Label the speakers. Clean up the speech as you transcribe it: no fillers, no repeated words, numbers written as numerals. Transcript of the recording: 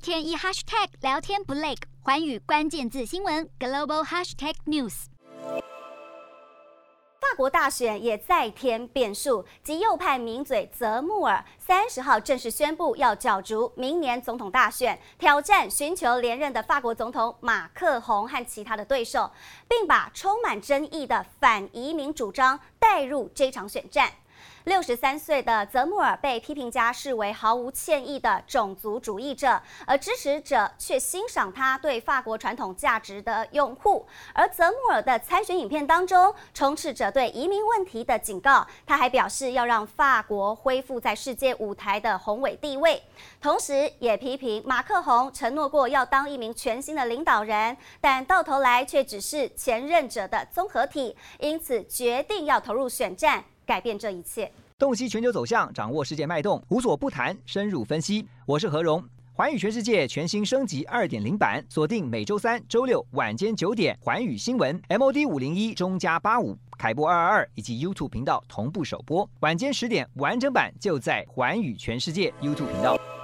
Speaker 1: 天一 hashtag 聊天不累，寰宇关键字新闻 global hashtag news。
Speaker 2: 法国大选也再添变数，极右派名嘴泽穆尔30号正式宣布要角逐明年总统大选，挑战寻求连任的法国总统马克宏和其他的对手，并把充满争议的反移民主张带入这场选战。63岁的泽穆尔被批评家视为毫无歉意的种族主义者，而支持者却欣赏他对法国传统价值的拥护。而泽穆尔的参选影片当中充斥着对移民问题的警告，他还表示要让法国恢复在世界舞台的宏伟地位，同时也批评马克宏承诺过要当一名全新的领导人，但到头来却只是前任者的综合体，因此决定要投入选战，改变这一切。
Speaker 3: 洞悉全球走向，掌握世界脉动，无所不谈，深入分析。我是何荣，寰宇全世界全新升级2.0版，锁定每周3、周6晚间9点，寰宇新闻 MOD 501中加85，凯播222以及 YouTube 频道同步首播，晚间10点完整版就在寰宇全世界 YouTube 频道。